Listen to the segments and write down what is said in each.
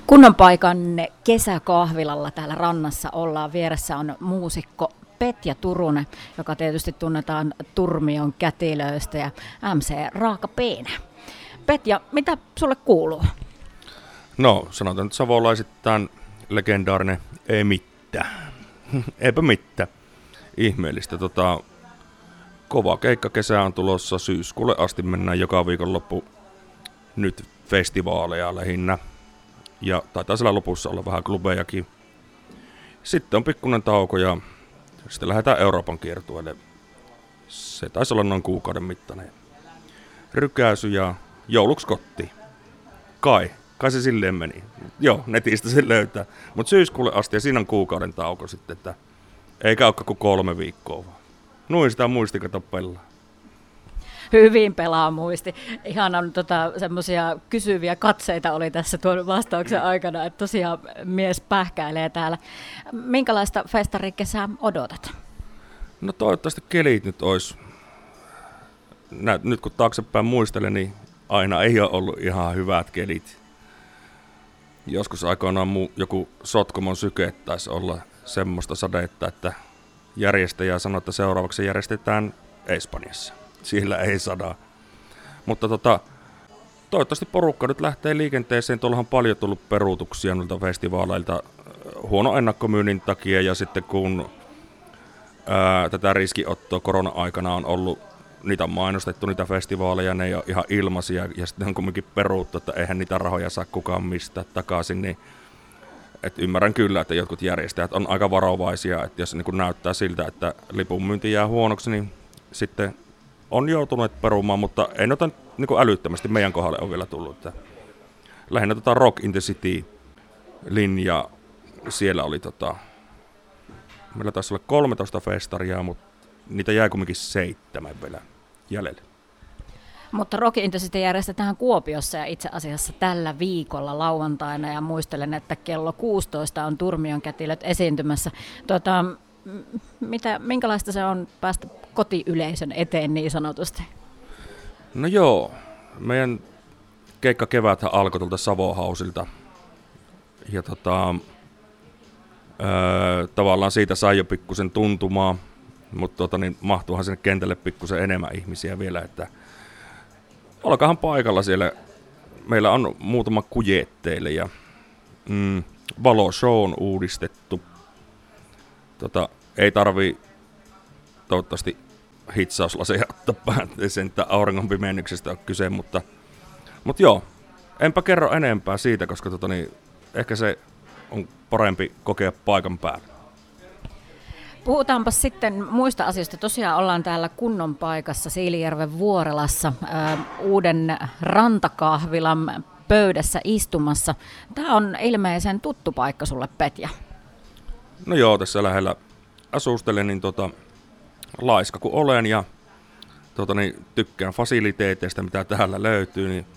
Kunnon paikan kesäkahvilalla täällä rannassa ollaan. Vieressä on muusikko Petja Turunen, joka tietysti tunnetaan Turmion kätilöistä ja MC Raaka P:nä. Petja, mitä sulle kuuluu? No, sanotaan nyt savolaisittain legendaarinen ei mitään. Eipä mitään. Ihmeellistä. Kova keikkakesä on tulossa, syyskuulle asti mennään joka viikonloppu nyt festivaaleja lähinnä. Ja taitaa siellä lopussa olla vähän klubejakin. Sitten on pikkuinen tauko ja sitten lähdetään Euroopan kiertueelle. Se taisi olla noin kuukauden mittainen rykäisy ja jouluksi kotiin. Kai se silleen meni. Joo, netistä se löytää. Mutta syyskuulle asti ja siinä on kuukauden tauko sitten, että ei käykkä kuin 3 viikkoa vaan. Noin sitä muisti, kato pelaa. Hyvin pelaa muisti. Ihan on semmoisia kysyviä katseita oli tässä tuon vastauksen aikana, että tosiaan mies pähkäilee täällä. Minkälaista festarikesää odotat? No toivottavasti kelit nyt olisi. Nyt kun taaksepäin muistelen, niin aina ei ole ollut ihan hyvät kelit. Joskus aikoinaan joku Sotkamon syke taisi olla semmoista sadetta, että järjestäjä sanoi, että seuraavaksi järjestetään Espanjassa. Siellä ei sada. Mutta toivottavasti porukka nyt lähtee liikenteeseen. Tuollahan on paljon tullut peruutuksia noilta festivaaleilta huono ennakkomyynnin takia. Ja sitten kun tätä riskiottoa korona-aikana on ollut, niitä on mainostettu, niitä festivaaleja, ne ei ole ihan ilmaisia. Ja sitten on kumminkin peruuttu, että eihän niitä rahoja saa kukaan mistään takaisin. Niin, ymmärrän kyllä, että jotkut järjestäjät on aika varovaisia. Että jos niin näyttää siltä, että lipun myynti jää huonoksi, niin sitten on joutunut perumaan, mutta ei noita niin älyttömästi meidän kohdalle on vielä tullut. Että lähinnä Rock in the City-linja, siellä oli meillä taisi olla 13 festaria, mutta niitä jäi kumminkin 7 vielä jäljelle. Mutta Rock in the City järjestetään Kuopiossa ja itse asiassa tällä viikolla lauantaina ja muistelen, että kello 16 on Turmion kätilöt esiintymässä. Minkälaista se on päästä kotiyleisön eteen niin sanotusti? No joo, meidän keikkakeväthän alkoi tuolta Savohausilta ja tavallaan siitä sai jo pikkusen tuntumaa, mutta mahtuuhan sinne kentälle pikkusen enemmän ihmisiä vielä, että olkahan paikalla siellä. Meillä on muutama kujetteille ja valoshow on uudistettu. Ei tarvii toivottavasti hitsauslaseja ottaa päätteeseen, että auringon pimennyksestä on kyse, mutta joo, enpä kerro enempää siitä, koska ehkä se on parempi kokea paikan päällä. Puhutaanpa sitten muista asioista. Tosiaan ollaan täällä kunnon paikassa Siilijärven Vuorelassa uuden rantakahvilan pöydässä istumassa. Tämä on ilmeisen tuttu paikka sulle, Petja. No joo, tässä lähellä asustelen, niin laiska kun olen ja tykkään fasiliteeteista, mitä täällä löytyy, niin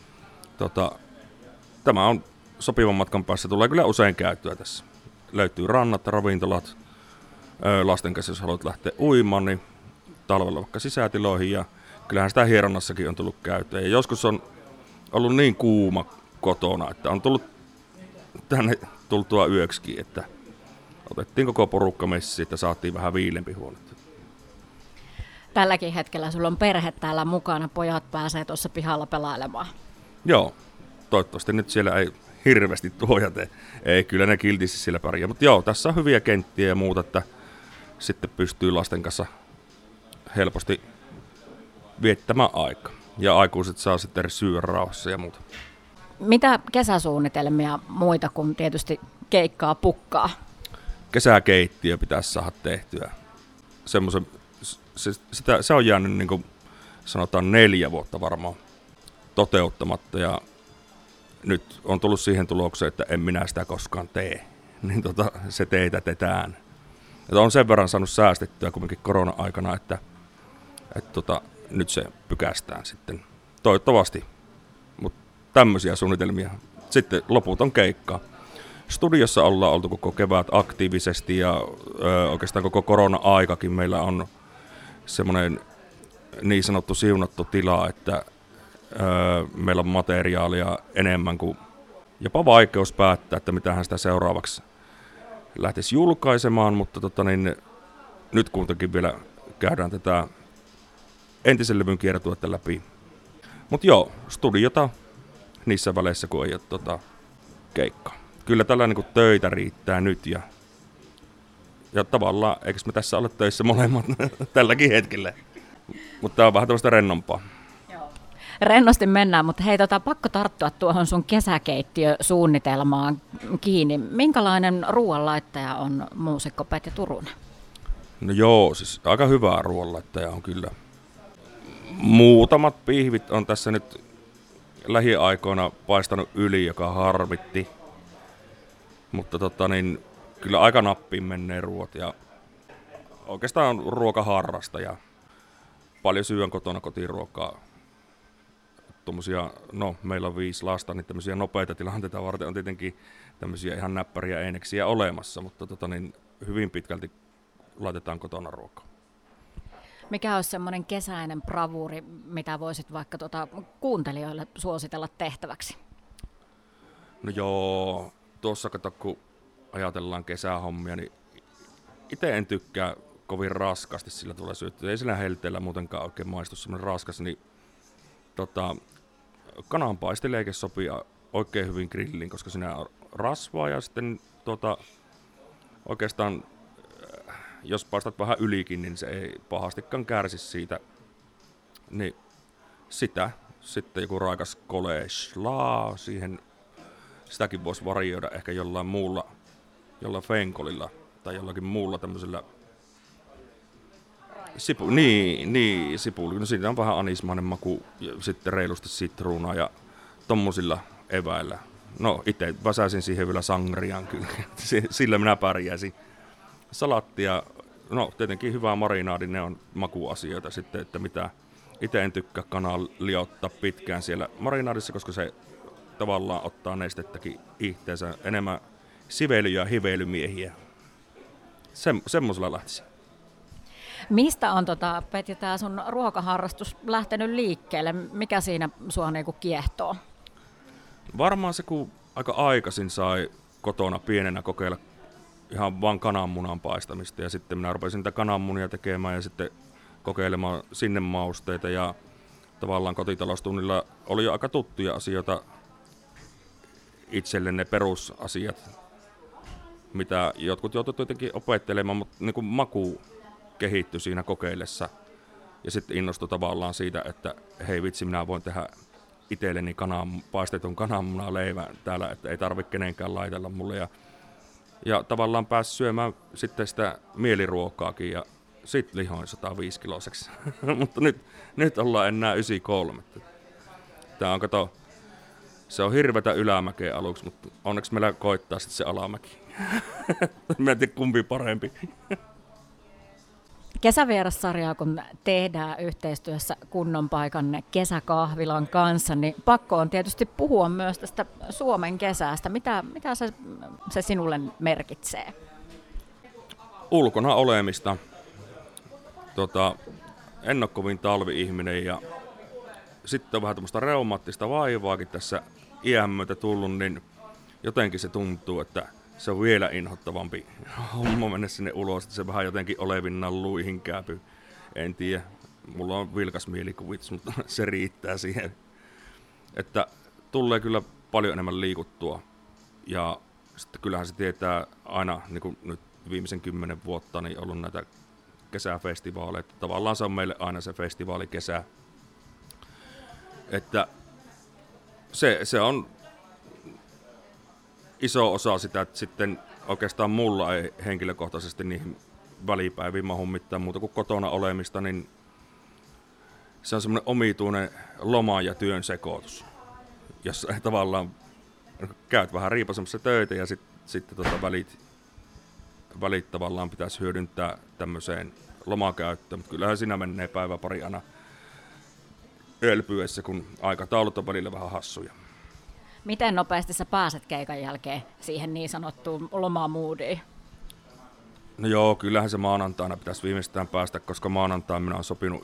tämä on sopivan matkan päässä. Tulee kyllä usein käyttöä tässä. Löytyy rannat, ravintolat, lasten kanssa, jos haluat lähteä uimaan, niin talvella vaikka sisätiloihin ja kyllähän sitä hieronnassakin on tullut käyttöä. Ja joskus on ollut niin kuuma kotona, että on tullut tänne tultua yöksikin, että otettiin koko porukka messiin, että saatiin vähän viilempi huone. Tälläkin hetkellä sulla on perhe täällä mukana, pojat pääsee tuossa pihalla pelailemaan. Joo, toivottavasti nyt siellä ei hirveästi tuojate. Ei, kyllä ne kiltisti siellä pärjää. Mutta joo, tässä on hyviä kenttiä ja muuta, että sitten pystyy lasten kanssa helposti viettämään aikaa. Ja aikuiset saa sitten syödä rauhassa ja muuta. Mitä kesäsuunnitelmia muita kuin tietysti keikkaa pukkaa? Kesäkeittiö pitäisi saada tehtyä. Se on jäänyt niin kuin sanotaan 4 vuotta varmaan toteuttamatta ja nyt on tullut siihen tulokseen, että en minä sitä koskaan tee. Niin se teetätetään. On sen verran saanut säästettyä kuitenkin korona-aikana, että nyt se pykästään sitten. Toivottavasti. Mutta tämmöisiä suunnitelmia. Sitten loputon keikka. Studiossa ollaan oltu koko kevät aktiivisesti ja oikeastaan koko korona-aikakin meillä on semmoinen niin sanottu siunattu tila, että meillä on materiaalia enemmän kuin jopa vaikeus päättää, että mitä hän sitä seuraavaksi lähtisi julkaisemaan, mutta nyt kuitenkin vielä käydään tätä entisen levyn kiertuetta läpi. Mutta joo, studiota niissä väleissä, kun ei ole keikkaa. Kyllä tällä niin kuin töitä riittää nyt ja tavallaan, eikö me tässä ole töissä molemmat tälläkin hetkellä. Mutta tämä on vähän tämmöistä rennompaa. Rennosti mennään, mutta hei, pakko tarttua tuohon sun kesäkeittiösuunnitelmaan kiinni. Minkälainen ruoanlaittaja on muusikko Petja Turunen? No joo, siis aika hyvää ruoanlaittaja on kyllä. Muutamat pihvit on tässä nyt lähiaikoina paistanut yli, joka harmitti. Mutta kyllä aika nappiin menee ruoat ja oikeastaan ruokaharrastaja. Paljon syön kotona kotiruokaa. Meillä on 5 lasta, niin tämmöisiä nopeita tilanteita varten on tietenkin tämmöisiä ihan näppäriä eineksiä olemassa, mutta hyvin pitkälti laitetaan kotona ruokaa. Mikä olisi semmoinen kesäinen bravuuri, mitä voisit vaikka kuuntelijoille suositella tehtäväksi? No joo, tuossa kun ajatellaan kesähommia, niin itse en tykkää kovin raskasti sillä tulee syöttyä. Ei sillä helteellä muutenkaan oikein maistu semmoinen raskas, niin kananpaisteleeke sopii oikein hyvin grilliin, koska siinä on rasvaa ja sitten oikeastaan jos paistat vähän ylikin, niin se ei pahastikaan kärsi siitä. Niin sitä, sitten joku raikas koleslaa siihen, sitäkin voisi varioida ehkä jollain muulla, jollain fenkolilla tai jollakin muulla tämmöisellä sipuli. No siitä on vähän anismainen maku ja sitten reilusti sitruunaa ja tommosilla eväillä. No itse väsäisin siihen vielä sangriaan kyllä, sillä minä pärjäisin. Salattia, no tietenkin hyvä marinaadi, ne on makuasioita sitten, että mitä itse en tykkää kanaa liottaa pitkään siellä marinaadissa, koska se tavallaan ottaa nestettäkin ihteensä enemmän sively- ja hiveilymiehiä. Semmoisella lähtisi. Mistä on Petja tää sun ruokaharrastus lähtenyt liikkeelle? Mikä siinä sua niinku kiehtoo? Varmaan se, kun aika aikaisin sai kotona pienenä kokeilla ihan vaan kananmunan paistamista ja sitten minä rupesin niitä kananmunia tekemään ja sitten kokeilemaan sinne mausteita ja tavallaan kotitaloustunnilla oli jo aika tuttuja asioita itselle ne perusasiat, mitä jotkut joutuivat jotenkin opettelemaan, mutta niin kuin maku kehittyi siinä kokeillessa ja sitten innostui tavallaan siitä, että hei vitsi, minä voin tehdä itselleni paistetun kananmunaleivän täällä, että ei tarvitse kenenkään laitella mulle ja tavallaan pääsi syömään sitten sitä mieliruokaakin ja sitten lihoin 105-kiloiseksi. Mutta nyt ollaan enää 93. Tää on se on hirvetä ylämäkeä aluksi, mutta onneksi meillä koittaa sitten se alamäki. Mä en tiedä kumpi parempi. Kesävierassarjaa kun tehdään yhteistyössä Kunnon paikan kesäkahvilan kanssa, niin pakko on tietysti puhua myös tästä Suomen kesästä. Mitä se sinulle merkitsee? Ulkona olemista. En ole kovin talvi-ihminen ja sitten on vähän tämmöistä reumaattista vaivaakin tässä iän myötä tullut, niin jotenkin se tuntuu, että se on vielä inhottavampi homma mennä sinne ulos, että se vähän jotenkin olevinnan luihin käypy. En tiedä, mulla on vilkas mielikuvitus, mutta se riittää siihen. Että tulee kyllä paljon enemmän liikuttua ja sitten kyllähän se tietää aina, niin kuin nyt viimeisen 10 vuotta, niin ollut näitä kesäfestivaaleja. Tavallaan se on meille aina se festivaalikesä. Että se on iso osa sitä, että sitten oikeastaan mulla ei henkilökohtaisesti niihin välipäiviin mahu mitään muuta kuin kotona olemista, niin se on semmoinen omituinen loma- ja työn sekoitus, jossa tavallaan käyt vähän riipasemassa töitä ja sitten välit tavallaan pitäisi hyödyntää tämmöiseen lomakäyttöön, mutta kyllähän siinä menee päivä pari aina elpyessä, kun aikataulut on välillä vähän hassuja. Miten nopeasti sä pääset keikan jälkeen siihen niin sanottuun lomamoodiin? No joo, kyllähän se maanantaina pitäisi viimeistään päästä, koska maanantaina minä olen sopinut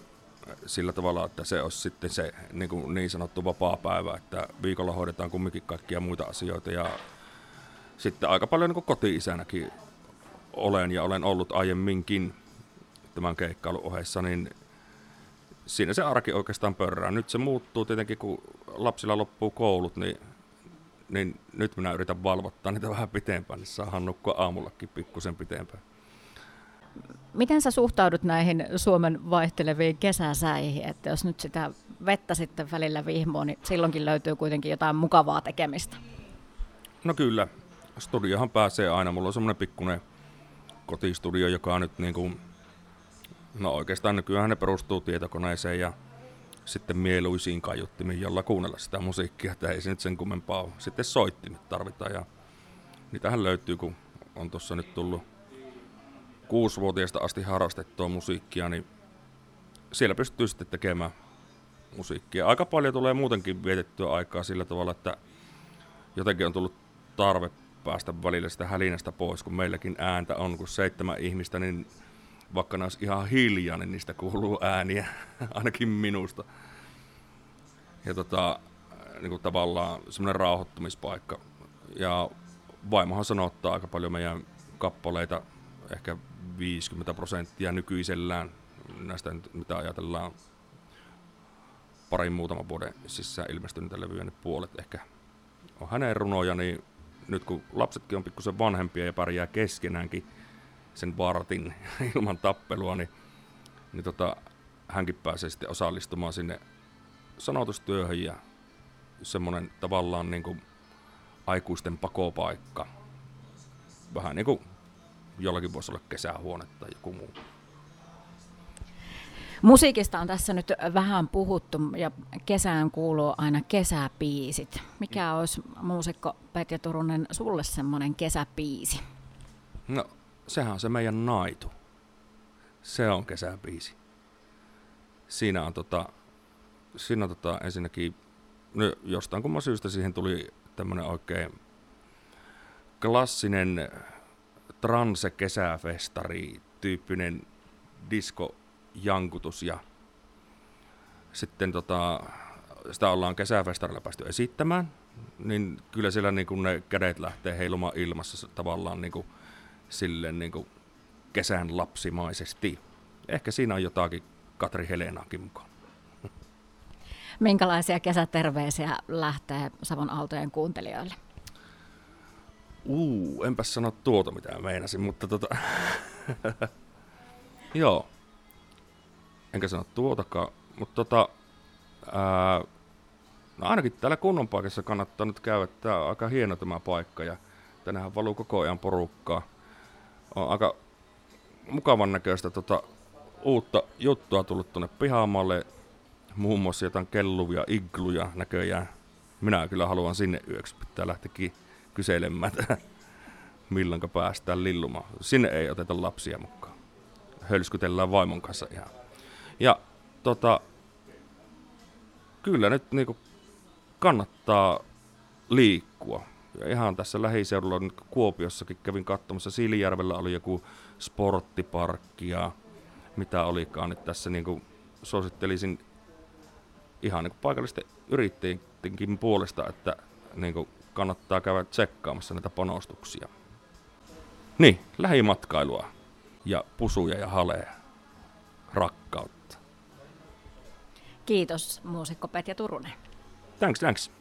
sillä tavalla, että se olisi sitten se niin sanottu vapaa-päivä, että viikolla hoidetaan kumminkin kaikkia muita asioita. Ja sitten aika paljon niin koti-isänäkin olen ollut aiemminkin tämän keikkailun ohessa, niin siinä se arki oikeastaan pörrää. Nyt se muuttuu tietenkin, kun lapsilla loppuu koulut, niin nyt minä yritän valvottaa niitä vähän pitempään, niin saadaan nukkua aamullakin pikkusen pitempään. Miten sä suhtaudut näihin Suomen vaihteleviin kesäsäihin, että jos nyt sitä vettä sitten välillä vihmoo, niin silloinkin löytyy kuitenkin jotain mukavaa tekemistä? No kyllä, studiohan pääsee aina. Mulla on semmoinen pikkuinen kotistudio, joka nyt no oikeastaan nykyään ne perustuu tietokoneeseen ja sitten mieluisiin kaiuttimiin, jolla kuunnella sitä musiikkia, että ei se nyt sen kummempaa ole. Sitten soittimet tarvitaan ja niitähän löytyy, kun on tuossa nyt tullut 6-vuotiaasta asti harrastettua musiikkia, niin siellä pystyy sitten tekemään musiikkia. Aika paljon tulee muutenkin vietettyä aikaa sillä tavalla, että jotenkin on tullut tarve päästä välillä sitä hälinästä pois, kun meilläkin ääntä on, kun 7 ihmistä, niin vaikka ne olisi ihan hiljaa, niin niistä kuuluu ääniä, ainakin minusta. Ja niin kuin tavallaan semmoinen rauhoittumispaikka. Ja vaimohan sanottaa aika paljon meidän kappaleita, ehkä 50% nykyisellään näistä, mitä ajatellaan muutaman vuoden sisään ilmestyneitä levyjä, niin puolet ehkä on hänen runoja, niin nyt kun lapsetkin on pikkusen vanhempia ja pärjää keskenäänkin sen vartin ilman tappelua, niin hänkin pääsee sitten osallistumaan sinne sanotustyöhön ja semmoinen tavallaan niin kuin aikuisten pakopaikka. Vähän niin kuin jollakin voisi olla kesähuone tai joku muu. Musiikista on tässä nyt vähän puhuttu ja kesään kuuluu aina kesäbiisit. Mikä olisi muusikko Petja Turunen sulle semmoinen kesäbiisi? No sehän on se meidän Naitu. Se on kesäbiisi. Siinä on ensinnäkin, no jostain kumman syystä siihen tuli tämmönen oikein klassinen transe-kesäfestari-tyyppinen diskojankutus ja sitten sitä ollaan kesäfestarilla päästy esittämään, niin kyllä siellä niin kuin ne kädet lähtee heilumaan ilmassa tavallaan niin kuin silleen niin kuin kesän lapsimaisesti. Ehkä siinä on jotakin Katri Helenaakin mukaan. Minkälaisia kesäterveisiä lähtee Savon Aaltojen kuuntelijoille? Enpäs sano tuota mitä meinasin, mutta joo. Enkä sano tuotakaan, mutta no ainakin täällä kunnon paikassa kannattaa nyt käydä. Tää on aika hieno tämä paikka ja tänähän valuu koko ajan porukkaa. On aika mukavan näköistä uutta juttua tullut tuonne pihamaalle. Muun muassa jotain kelluvia igluja näköjään. Minä kyllä haluan sinne yöksi. Pitää lähteä kyselemään, milloinka päästään lillumaan. Sinne ei oteta lapsia mukaan. Hölskytellään vaimon kanssa ihan. Ja kyllä nyt niinku kannattaa liikkua. Ja ihan tässä lähiseudulla nyt Kuopiossakin kävin katsomassa. Siilijärvellä oli joku sporttiparkki ja mitä olikaan. Että tässä niinku suosittelisin ihan niinku paikallisten yrittäjienkin puolesta, että niinku kannattaa käydä tsekkaamassa näitä panostuksia. Niin, lähimatkailua ja pusuja ja haleja. Rakkautta. Kiitos muusikko Petja Turunen. Thanks.